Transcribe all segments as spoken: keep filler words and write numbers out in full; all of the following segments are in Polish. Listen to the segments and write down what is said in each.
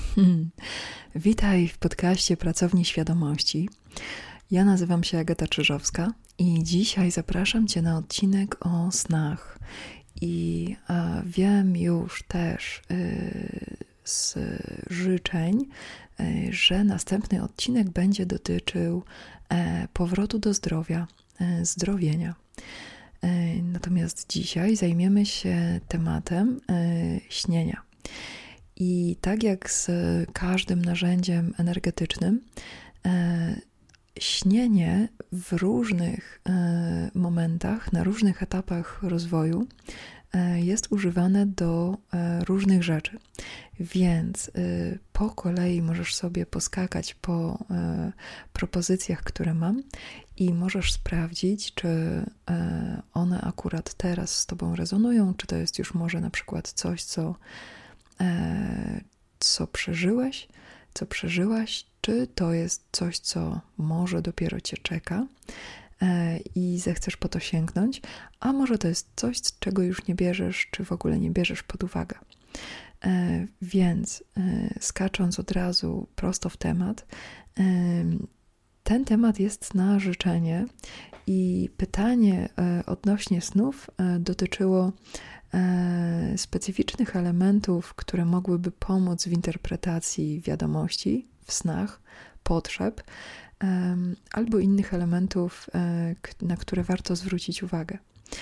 Hmm. Witaj w podcaście Pracowni Świadomości. Ja nazywam się Agata Czyżowska i dzisiaj zapraszam Cię na odcinek o snach. I a, wiem już też y, z życzeń, y, że następny odcinek będzie dotyczył y, powrotu do zdrowia, y, zdrowienia. Y, natomiast dzisiaj zajmiemy się tematem y, śnienia. I tak jak z każdym narzędziem energetycznym, e, śnienie w różnych e, momentach, na różnych etapach rozwoju e, jest używane do e, różnych rzeczy. Więc e, po kolei możesz sobie poskakać po e, propozycjach, które mam i możesz sprawdzić, czy e, one akurat teraz z Tobą rezonują, czy to jest już może na przykład coś, co co przeżyłeś, co przeżyłaś, czy to jest coś, co może dopiero Cię czeka i zechcesz po to sięgnąć, a może to jest coś, czego już nie bierzesz, czy w ogóle nie bierzesz pod uwagę. Więc skacząc od razu prosto w temat, ten temat jest na życzenie i pytanie odnośnie snów dotyczyło specyficznych elementów, które mogłyby pomóc w interpretacji wiadomości w snach, potrzeb, albo innych elementów, na które warto zwrócić uwagę.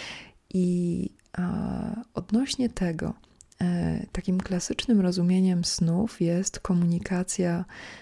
I odnośnie tego, takim klasycznym rozumieniem snów jest komunikacja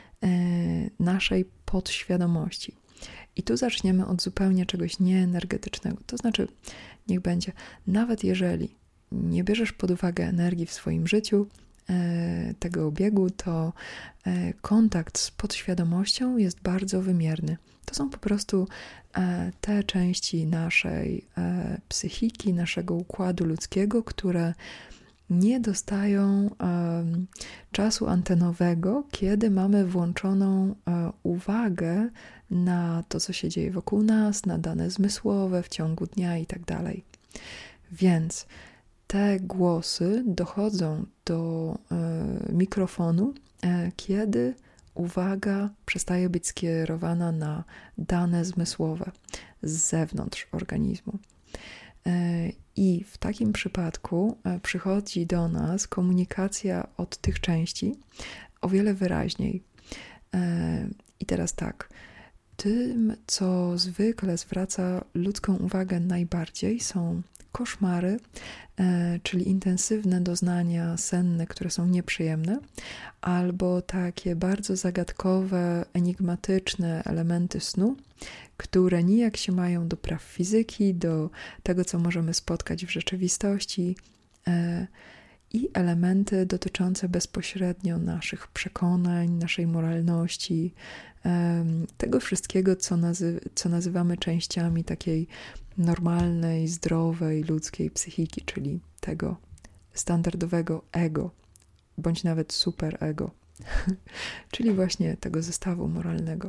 naszej podświadomości. I tu zaczniemy od zupełnie czegoś nieenergetycznego. To znaczy, niech będzie, nawet jeżeli nie bierzesz pod uwagę energii w swoim życiu, e, tego obiegu, to e, kontakt z podświadomością jest bardzo wymierny. To są po prostu e, te części naszej e, psychiki, naszego układu ludzkiego, które nie dostają e, czasu antenowego, kiedy mamy włączoną e, uwagę na to, co się dzieje wokół nas, na dane zmysłowe w ciągu dnia i tak dalej. Więc te głosy dochodzą do e, mikrofonu, e, kiedy uwaga przestaje być skierowana na dane zmysłowe z zewnątrz organizmu. E, I w takim przypadku e, przychodzi do nas komunikacja od tych części o wiele wyraźniej. E, I teraz tak, tym, co zwykle zwraca ludzką uwagę najbardziej, są koszmary, e, czyli intensywne doznania senne, które są nieprzyjemne, albo takie bardzo zagadkowe, enigmatyczne elementy snu, które nijak się mają do praw fizyki, do tego, co możemy spotkać w rzeczywistości, e, i elementy dotyczące bezpośrednio naszych przekonań, naszej moralności, tego wszystkiego, co, nazy- co nazywamy częściami takiej normalnej, zdrowej, ludzkiej psychiki, czyli tego standardowego ego, bądź nawet superego, czyli właśnie tego zestawu moralnego.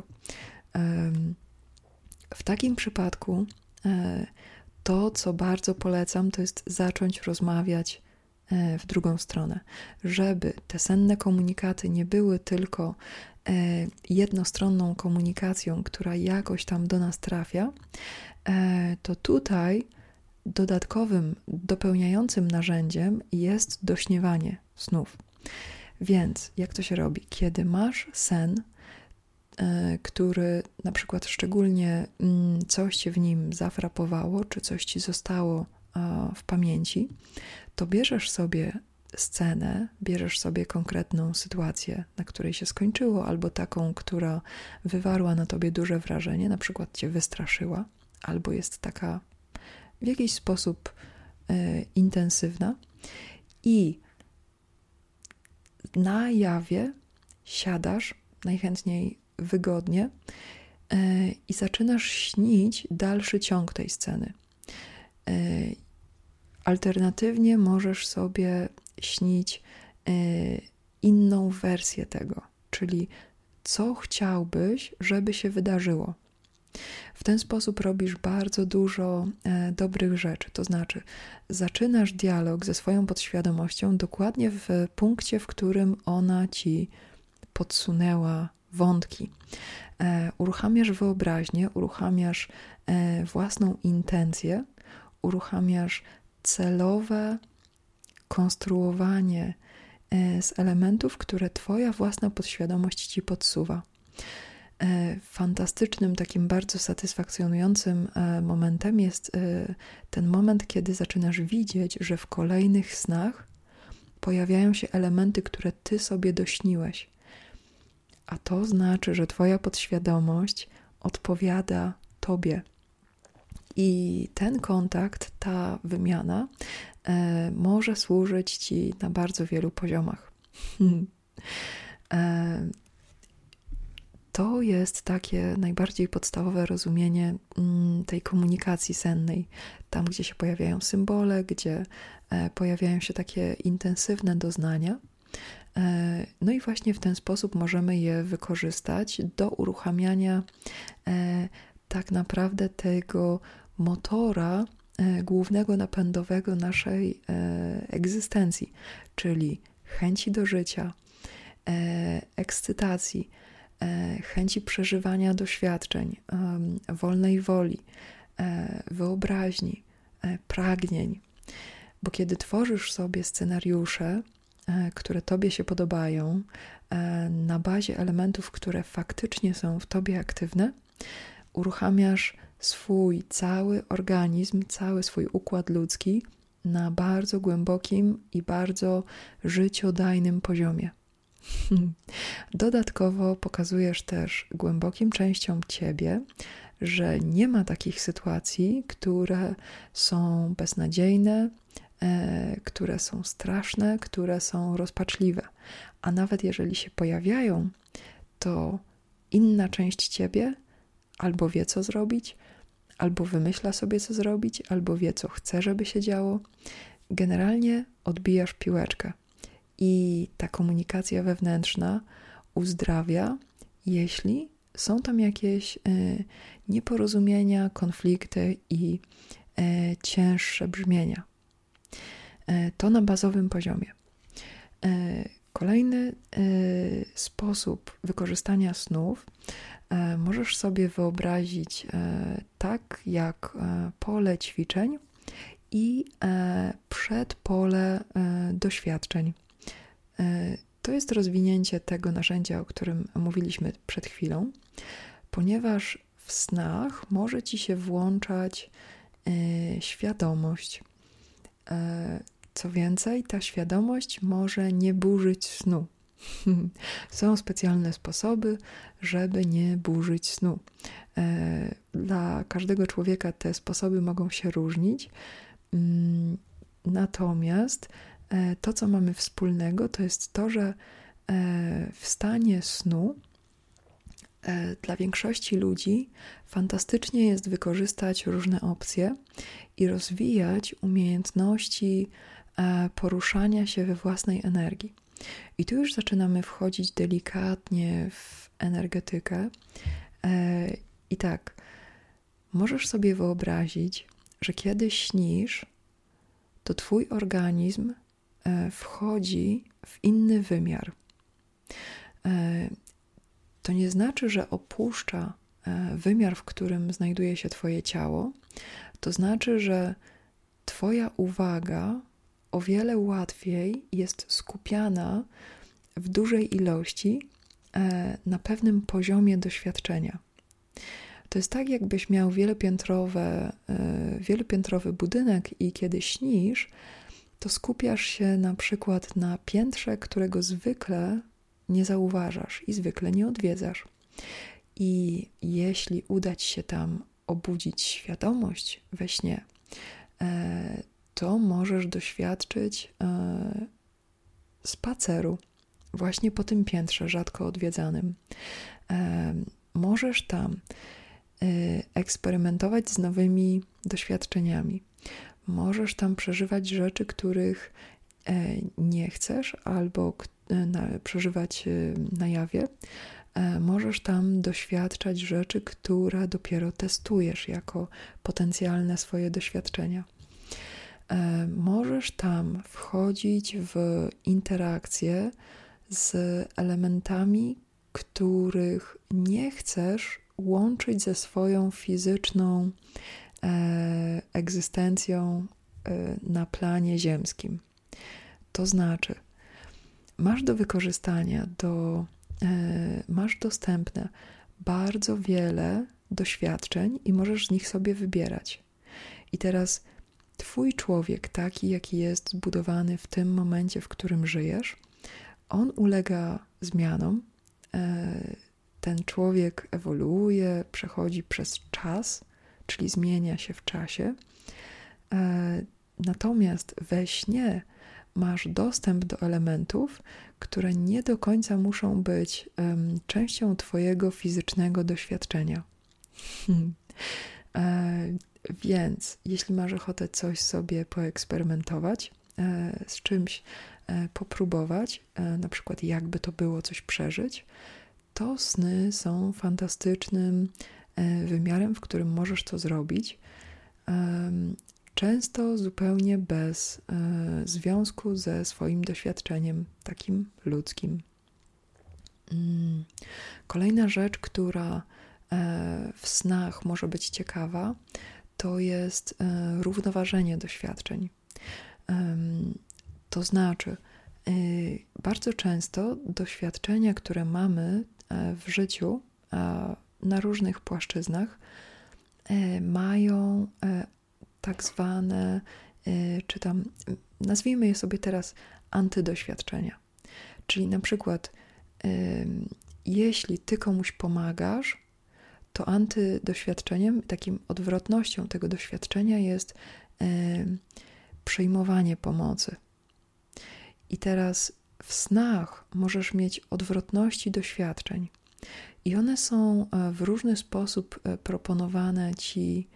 W takim przypadku to, co bardzo polecam, to jest zacząć rozmawiać w drugą stronę, żeby te senne komunikaty nie były tylko jednostronną komunikacją, która jakoś tam do nas trafia, to tutaj dodatkowym, dopełniającym narzędziem jest dośniewanie snów. Więc jak to się robi? Kiedy masz sen, który na przykład szczególnie coś cię w nim zafrapowało, czy coś ci zostało w pamięci, to bierzesz sobie scenę, bierzesz sobie konkretną sytuację, na której się skończyło, albo taką, która wywarła na tobie duże wrażenie, na przykład cię wystraszyła, albo jest taka w jakiś sposób y, intensywna, i na jawie siadasz, najchętniej wygodnie, y, i zaczynasz śnić dalszy ciąg tej sceny. Y, Alternatywnie możesz sobie śnić y, inną wersję tego, czyli co chciałbyś, żeby się wydarzyło. W ten sposób robisz bardzo dużo e, dobrych rzeczy, to znaczy zaczynasz dialog ze swoją podświadomością dokładnie w punkcie, w którym ona ci podsunęła wątki. E, uruchamiasz wyobraźnię, uruchamiasz e, własną intencję, uruchamiasz celowe konstruowanie e, z elementów, które twoja własna podświadomość ci podsuwa. Fantastycznym, takim bardzo satysfakcjonującym momentem jest ten moment, kiedy zaczynasz widzieć, że w kolejnych snach pojawiają się elementy, które ty sobie dośniłeś. A to znaczy, że twoja podświadomość odpowiada tobie. I ten kontakt, ta wymiana e, może służyć ci na bardzo wielu poziomach. e, To jest takie najbardziej podstawowe rozumienie tej komunikacji sennej. Tam, gdzie się pojawiają symbole, gdzie pojawiają się takie intensywne doznania. No i właśnie w ten sposób możemy je wykorzystać do uruchamiania tak naprawdę tego motora głównego napędowego naszej egzystencji, czyli chęci do życia, ekscytacji, chęci przeżywania doświadczeń, wolnej woli, wyobraźni, pragnień. Bo kiedy tworzysz sobie scenariusze, które tobie się podobają, na bazie elementów, które faktycznie są w tobie aktywne, uruchamiasz swój cały organizm, cały swój układ ludzki na bardzo głębokim i bardzo życiodajnym poziomie. Dodatkowo pokazujesz też głębokim częściom ciebie, że nie ma takich sytuacji, które są beznadziejne, e, które są straszne, które są rozpaczliwe. A nawet jeżeli się pojawiają, to inna część ciebie albo wie, co zrobić, albo wymyśla sobie, co zrobić, albo wie, co chce, żeby się działo. Generalnie odbijasz piłeczkę. I ta komunikacja wewnętrzna uzdrawia, jeśli są tam jakieś y, nieporozumienia, konflikty i y, cięższe brzmienia. Y, to na bazowym poziomie. Y, kolejny y, sposób wykorzystania snów y, możesz sobie wyobrazić y, tak jak y, pole ćwiczeń i y, przedpole y, doświadczeń. To jest rozwinięcie tego narzędzia, o którym mówiliśmy przed chwilą, ponieważ w snach może ci się włączać e, świadomość. E, co więcej, ta świadomość może nie burzyć snu. Są specjalne sposoby, żeby nie burzyć snu. E, dla każdego człowieka te sposoby mogą się różnić, mm, natomiast to, co mamy wspólnego, to jest to, że w stanie snu dla większości ludzi fantastycznie jest wykorzystać różne opcje i rozwijać umiejętności poruszania się we własnej energii. I tu już zaczynamy wchodzić delikatnie w energetykę. I tak, możesz sobie wyobrazić, że kiedy śnisz, to twój organizm wchodzi w inny wymiar. To nie znaczy, że opuszcza wymiar, w którym znajduje się twoje ciało. To znaczy, że twoja uwaga o wiele łatwiej jest skupiana w dużej ilości na pewnym poziomie doświadczenia. To jest tak, jakbyś miał wielopiętrowe, wielopiętrowy budynek i kiedy śnisz, to skupiasz się na przykład na piętrze, którego zwykle nie zauważasz i zwykle nie odwiedzasz. I jeśli uda ci się tam obudzić świadomość we śnie, to możesz doświadczyć spaceru właśnie po tym piętrze rzadko odwiedzanym. Możesz tam eksperymentować z nowymi doświadczeniami. Możesz tam przeżywać rzeczy, których nie chcesz, albo przeżywać na jawie, możesz tam doświadczać rzeczy, które dopiero testujesz jako potencjalne swoje doświadczenia. Możesz tam wchodzić w interakcje z elementami, których nie chcesz łączyć ze swoją fizyczną e, egzystencją e, na planie ziemskim. To znaczy, masz do wykorzystania, do, e, masz dostępne bardzo wiele doświadczeń i możesz z nich sobie wybierać. I teraz twój człowiek, taki jaki jest zbudowany w tym momencie, w którym żyjesz, on ulega zmianom. Ten człowiek ewoluuje, przechodzi przez czas, czyli zmienia się w czasie. Natomiast we śnie masz dostęp do elementów, które nie do końca muszą być um, częścią twojego fizycznego doświadczenia. Hmm. E, więc jeśli masz ochotę coś sobie poeksperymentować, e, z czymś e, popróbować, e, na przykład jakby to było coś przeżyć, to sny są fantastycznym e, wymiarem, w którym możesz to zrobić. E, często zupełnie bez e, związku ze swoim doświadczeniem takim ludzkim. Mm. Kolejna rzecz, która e, w snach może być ciekawa, to jest e, równoważenie doświadczeń. E, to znaczy, e, bardzo często doświadczenia, które mamy e, w życiu e, na różnych płaszczyznach, e, mają e, tak zwane, czy tam, nazwijmy je sobie teraz antydoświadczenia. Czyli na przykład, jeśli ty komuś pomagasz, to antydoświadczeniem, takim odwrotnością tego doświadczenia jest przyjmowanie pomocy. I teraz w snach możesz mieć odwrotności doświadczeń. I one są w różny sposób proponowane ci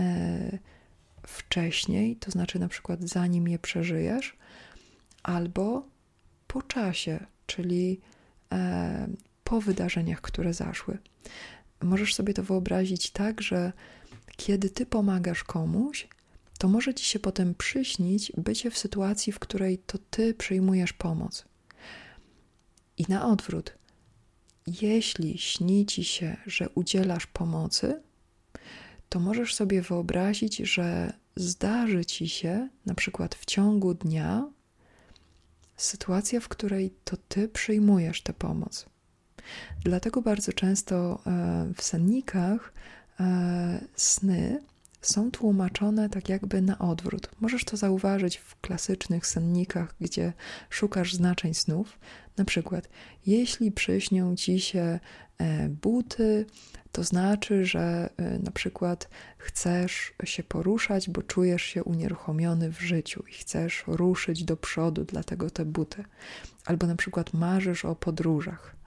wcześniej, to znaczy na przykład zanim je przeżyjesz, albo po czasie, czyli e, po wydarzeniach, które zaszły. Możesz sobie to wyobrazić tak, że kiedy ty pomagasz komuś, to może ci się potem przyśnić bycie w sytuacji, w której to ty przyjmujesz pomoc. I na odwrót, jeśli śni ci się, że udzielasz pomocy, to możesz sobie wyobrazić, że zdarzy ci się na przykład w ciągu dnia sytuacja, w której to ty przyjmujesz tę pomoc. Dlatego bardzo często w sennikach sny są tłumaczone tak jakby na odwrót. Możesz to zauważyć w klasycznych sennikach, gdzie szukasz znaczeń snów. Na przykład, jeśli przyśnią ci się buty, to znaczy, że na przykład chcesz się poruszać, bo czujesz się unieruchomiony w życiu i chcesz ruszyć do przodu, dlatego te buty. Albo na przykład marzysz o podróżach,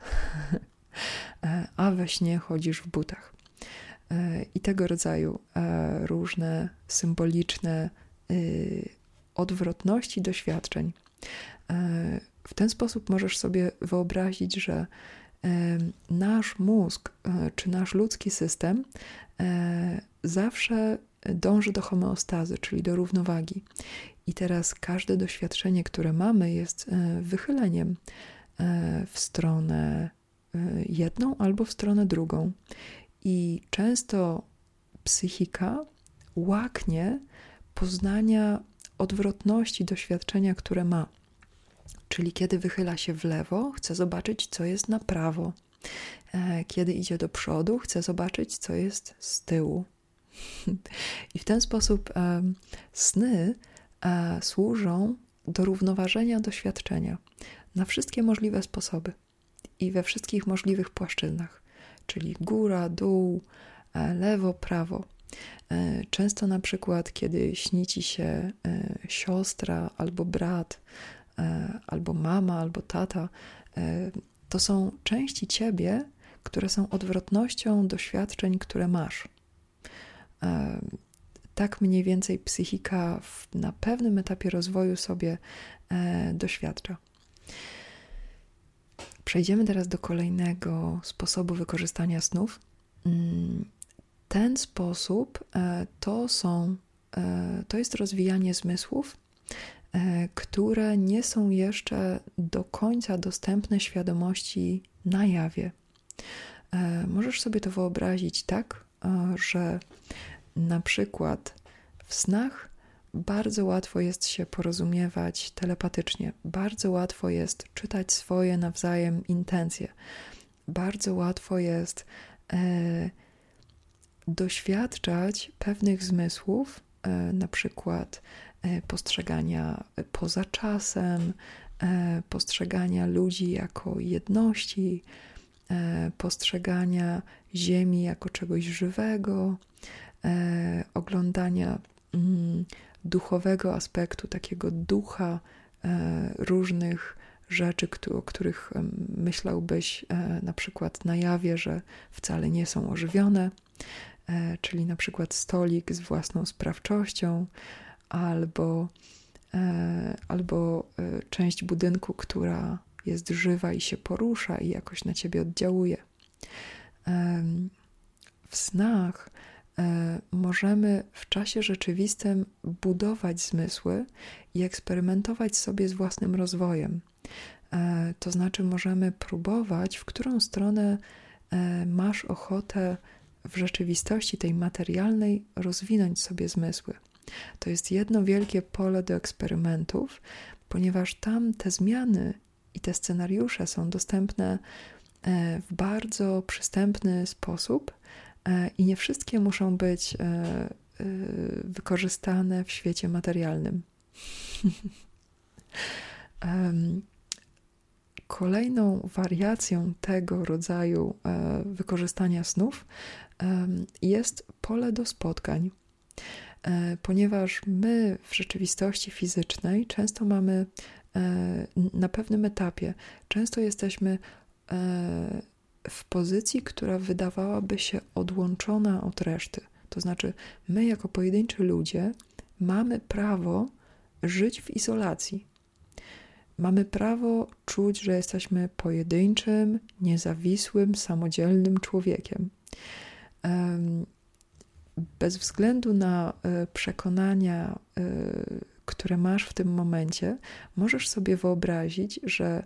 a we śnie chodzisz w butach. I tego rodzaju różne symboliczne odwrotności doświadczeń. W ten sposób możesz sobie wyobrazić, że nasz mózg czy nasz ludzki system zawsze dąży do homeostazy, czyli do równowagi. I teraz każde doświadczenie, które mamy, jest wychyleniem w stronę jedną albo w stronę drugą. I często psychika łaknie poznania odwrotności doświadczenia, które ma. Czyli kiedy wychyla się w lewo, chce zobaczyć, co jest na prawo. Kiedy idzie do przodu, chce zobaczyć, co jest z tyłu. I w ten sposób sny służą do równoważenia doświadczenia na wszystkie możliwe sposoby i we wszystkich możliwych płaszczyznach. Czyli góra, dół, lewo, prawo. Często na przykład, kiedy śni ci się siostra albo brat, albo mama, albo tata, to są części ciebie, które są odwrotnością doświadczeń, które masz. Tak mniej więcej psychika na pewnym etapie rozwoju sobie doświadcza. Przejdziemy teraz do kolejnego sposobu wykorzystania snów. Ten sposób to są, to jest rozwijanie zmysłów, które nie są jeszcze do końca dostępne świadomości na jawie. Możesz sobie to wyobrazić tak, że na przykład w snach bardzo łatwo jest się porozumiewać telepatycznie, bardzo łatwo jest czytać swoje nawzajem intencje, bardzo łatwo jest e, doświadczać pewnych zmysłów, e, na przykład e, postrzegania poza czasem, e, postrzegania ludzi jako jedności, e, postrzegania Ziemi jako czegoś żywego, e, oglądania mm, duchowego aspektu, takiego ducha e, różnych rzeczy, o których myślałbyś e, na przykład na jawie, że wcale nie są ożywione, e, czyli na przykład stolik z własną sprawczością, albo, e, albo e, część budynku, która jest żywa i się porusza i jakoś na ciebie oddziałuje. E, w snach możemy w czasie rzeczywistym budować zmysły i eksperymentować sobie z własnym rozwojem. To znaczy możemy próbować, w którą stronę masz ochotę w rzeczywistości tej materialnej rozwinąć sobie zmysły. To jest jedno wielkie pole do eksperymentów, ponieważ tam te zmiany i te scenariusze są dostępne w bardzo przystępny sposób, i nie wszystkie muszą być wykorzystane w świecie materialnym. Kolejną wariacją tego rodzaju wykorzystania snów jest pole do spotkań, ponieważ my w rzeczywistości fizycznej często mamy na pewnym etapie, często jesteśmy w pozycji, która wydawałaby się odłączona od reszty. To znaczy, my jako pojedynczy ludzie mamy prawo żyć w izolacji. Mamy prawo czuć, że jesteśmy pojedynczym, niezawisłym, samodzielnym człowiekiem. Bez względu na przekonania, które masz w tym momencie, możesz sobie wyobrazić, że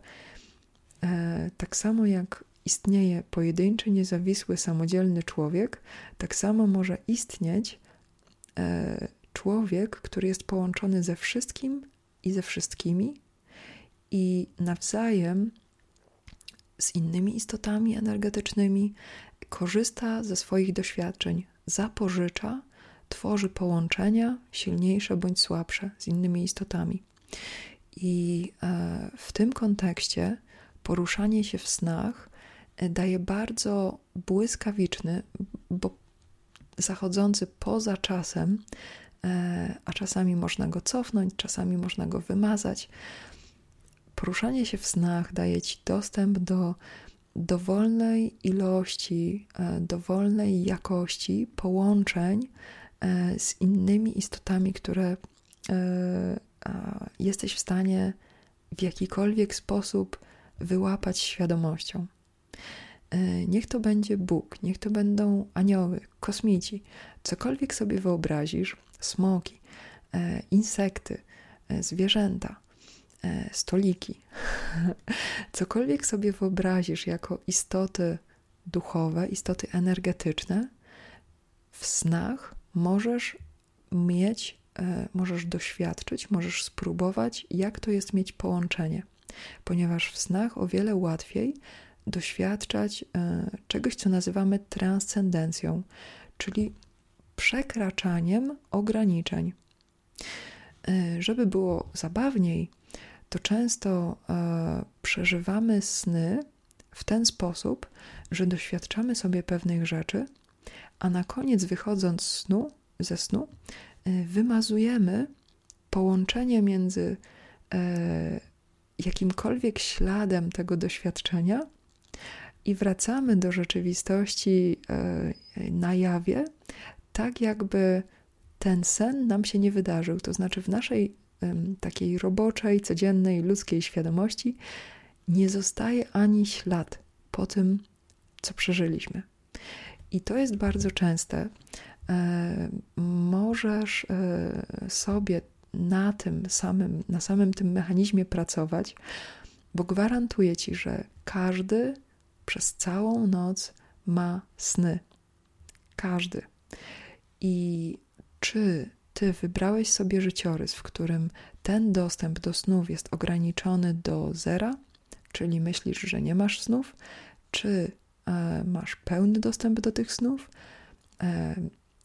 tak samo jak istnieje pojedynczy, niezawisły, samodzielny człowiek, tak samo może istnieć e, człowiek, który jest połączony ze wszystkim i ze wszystkimi i nawzajem z innymi istotami energetycznymi korzysta ze swoich doświadczeń, zapożycza, tworzy połączenia silniejsze bądź słabsze z innymi istotami. I e, w tym kontekście poruszanie się w snach daje bardzo błyskawiczny, bo zachodzący poza czasem, a czasami można go cofnąć, czasami można go wymazać. Poruszanie się w snach daje ci dostęp do dowolnej ilości, dowolnej jakości połączeń z innymi istotami, które jesteś w stanie w jakikolwiek sposób wyłapać świadomością. Niech to będzie Bóg, niech to będą anioły, kosmici, cokolwiek sobie wyobrazisz, smoki, insekty, zwierzęta, stoliki, cokolwiek sobie wyobrazisz jako istoty duchowe, istoty energetyczne, w snach możesz mieć, możesz doświadczyć, możesz spróbować, jak to jest mieć połączenie, ponieważ w snach o wiele łatwiej doświadczać czegoś, co nazywamy transcendencją, czyli przekraczaniem ograniczeń. Żeby było zabawniej, to często przeżywamy sny w ten sposób, że doświadczamy sobie pewnych rzeczy, a na koniec, wychodząc z snu, ze snu, wymazujemy połączenie między jakimkolwiek śladem tego doświadczenia i wracamy do rzeczywistości na jawie, tak jakby ten sen nam się nie wydarzył. To znaczy w naszej takiej roboczej, codziennej, ludzkiej świadomości nie zostaje ani ślad po tym, co przeżyliśmy. I to jest bardzo częste. Możesz sobie na tym samym, na samym tym mechanizmie pracować, bo gwarantuję Ci, że każdy przez całą noc ma sny. Każdy. I czy Ty wybrałeś sobie życiorys, w którym ten dostęp do snów jest ograniczony do zera, czyli myślisz, że nie masz snów, czy e, masz pełny dostęp do tych snów, e,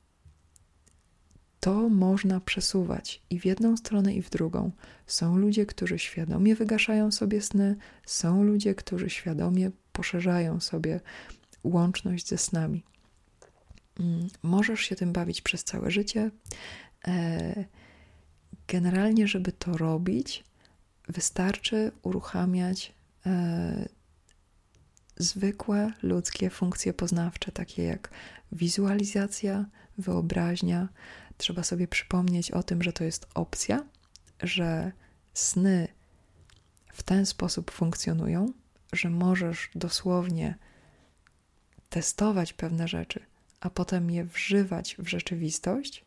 to można przesuwać i w jedną stronę, i w drugą. Są ludzie, którzy świadomie wygaszają sobie sny, są ludzie, którzy świadomie poszerzają sobie łączność ze snami. Możesz się tym bawić przez całe życie. Generalnie, żeby to robić, wystarczy uruchamiać zwykłe ludzkie funkcje poznawcze, takie jak wizualizacja, wyobraźnia. Trzeba sobie przypomnieć o tym, że to jest opcja, że sny w ten sposób funkcjonują, że możesz dosłownie testować pewne rzeczy, a potem je wżywać w rzeczywistość.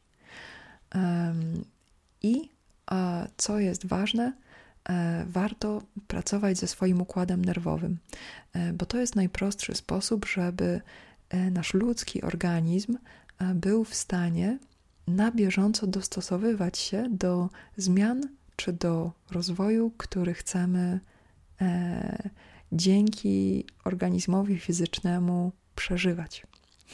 I co jest ważne, warto pracować ze swoim układem nerwowym, bo to jest najprostszy sposób, żeby nasz ludzki organizm był w stanie na bieżąco dostosowywać się do zmian czy do rozwoju, który chcemy e, dzięki organizmowi fizycznemu przeżywać.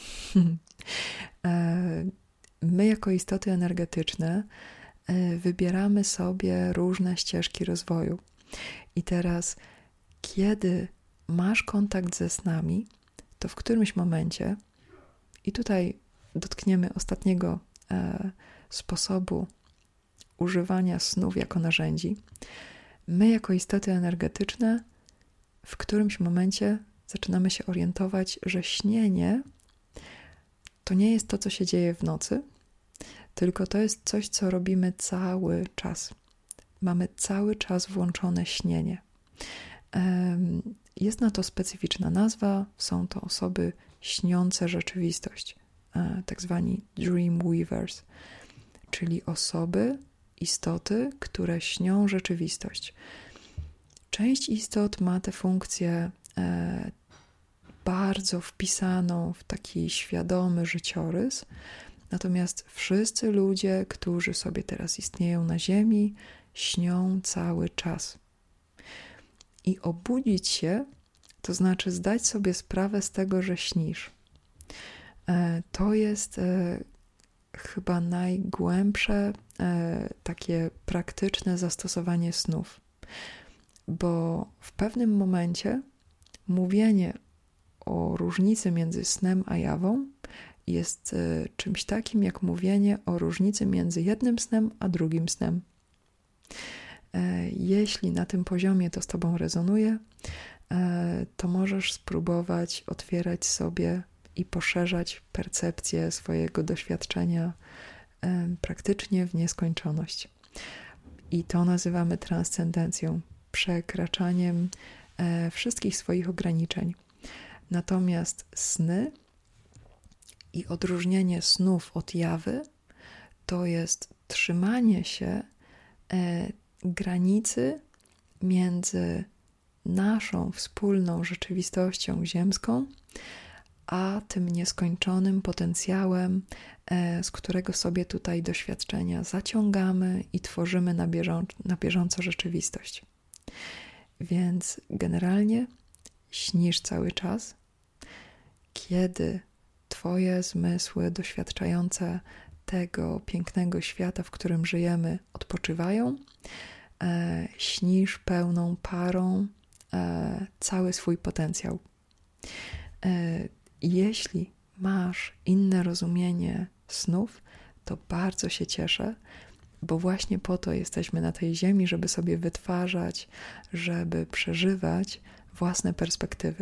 e, my jako istoty energetyczne e, wybieramy sobie różne ścieżki rozwoju. I teraz, kiedy masz kontakt ze snami, to w którymś momencie, i tutaj dotkniemy ostatniego e, sposobu używania snów jako narzędzi, my jako istoty energetyczne w którymś momencie zaczynamy się orientować, że śnienie to nie jest to, co się dzieje w nocy, tylko to jest coś, co robimy cały czas. Mamy cały czas włączone śnienie. Jest na to specyficzna nazwa, są to osoby śniące rzeczywistość, tak zwani dream weavers, czyli osoby, istoty, które śnią rzeczywistość. Część istot ma tę funkcję e, bardzo wpisaną w taki świadomy życiorys, natomiast wszyscy ludzie, którzy sobie teraz istnieją na Ziemi, śnią cały czas. I obudzić się, to znaczy zdać sobie sprawę z tego, że śnisz. E, to jest e, chyba najgłębsze, e, takie praktyczne zastosowanie snów. Bo w pewnym momencie mówienie o różnicy między snem a jawą jest e, czymś takim, jak mówienie o różnicy między jednym snem a drugim snem. E, jeśli na tym poziomie to z Tobą rezonuje, e, to możesz spróbować otwierać sobie i poszerzać percepcję swojego doświadczenia e, praktycznie w nieskończoność. I to nazywamy transcendencją, przekraczaniem e, wszystkich swoich ograniczeń. Natomiast sny i odróżnienie snów od jawy to jest trzymanie się e, granicy między naszą wspólną rzeczywistością ziemską, a tym nieskończonym potencjałem, e, z którego sobie tutaj doświadczenia zaciągamy i tworzymy na bieżąco, na bieżąco rzeczywistość. Więc generalnie śnisz cały czas, kiedy Twoje zmysły doświadczające tego pięknego świata, w którym żyjemy, odpoczywają, e, śnisz pełną parą e, cały swój potencjał. E, jeśli masz inne rozumienie snów, to bardzo się cieszę, bo właśnie po to jesteśmy na tej ziemi, żeby sobie wytwarzać, żeby przeżywać własne perspektywy.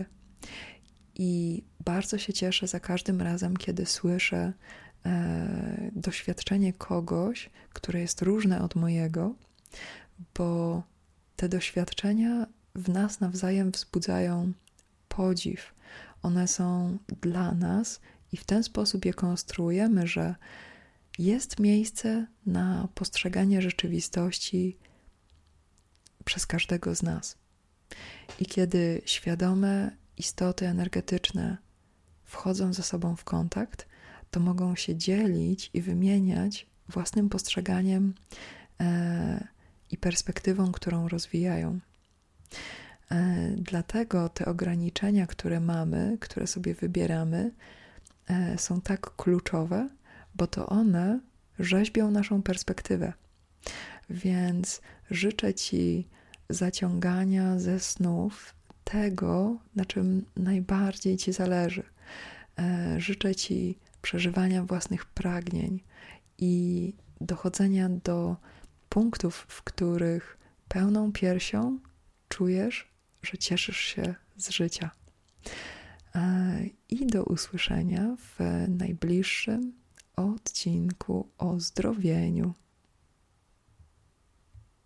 I bardzo się cieszę za każdym razem, kiedy słyszę e, doświadczenie kogoś, które jest różne od mojego, bo te doświadczenia w nas nawzajem wzbudzają podziw. One są dla nas i w ten sposób je konstruujemy, że jest miejsce na postrzeganie rzeczywistości przez każdego z nas. I kiedy świadome istoty energetyczne wchodzą ze sobą w kontakt, to mogą się dzielić i wymieniać własnym postrzeganiem e, i perspektywą, którą rozwijają. E, dlatego te ograniczenia, które mamy, które sobie wybieramy, e, są tak kluczowe, bo to one rzeźbią naszą perspektywę. Więc życzę Ci zaciągania ze snów tego, na czym najbardziej Ci zależy. E, życzę Ci przeżywania własnych pragnień i dochodzenia do punktów, w których pełną piersią czujesz, że cieszysz się z życia. E, I do usłyszenia w najbliższym odcinku o zdrowieniu.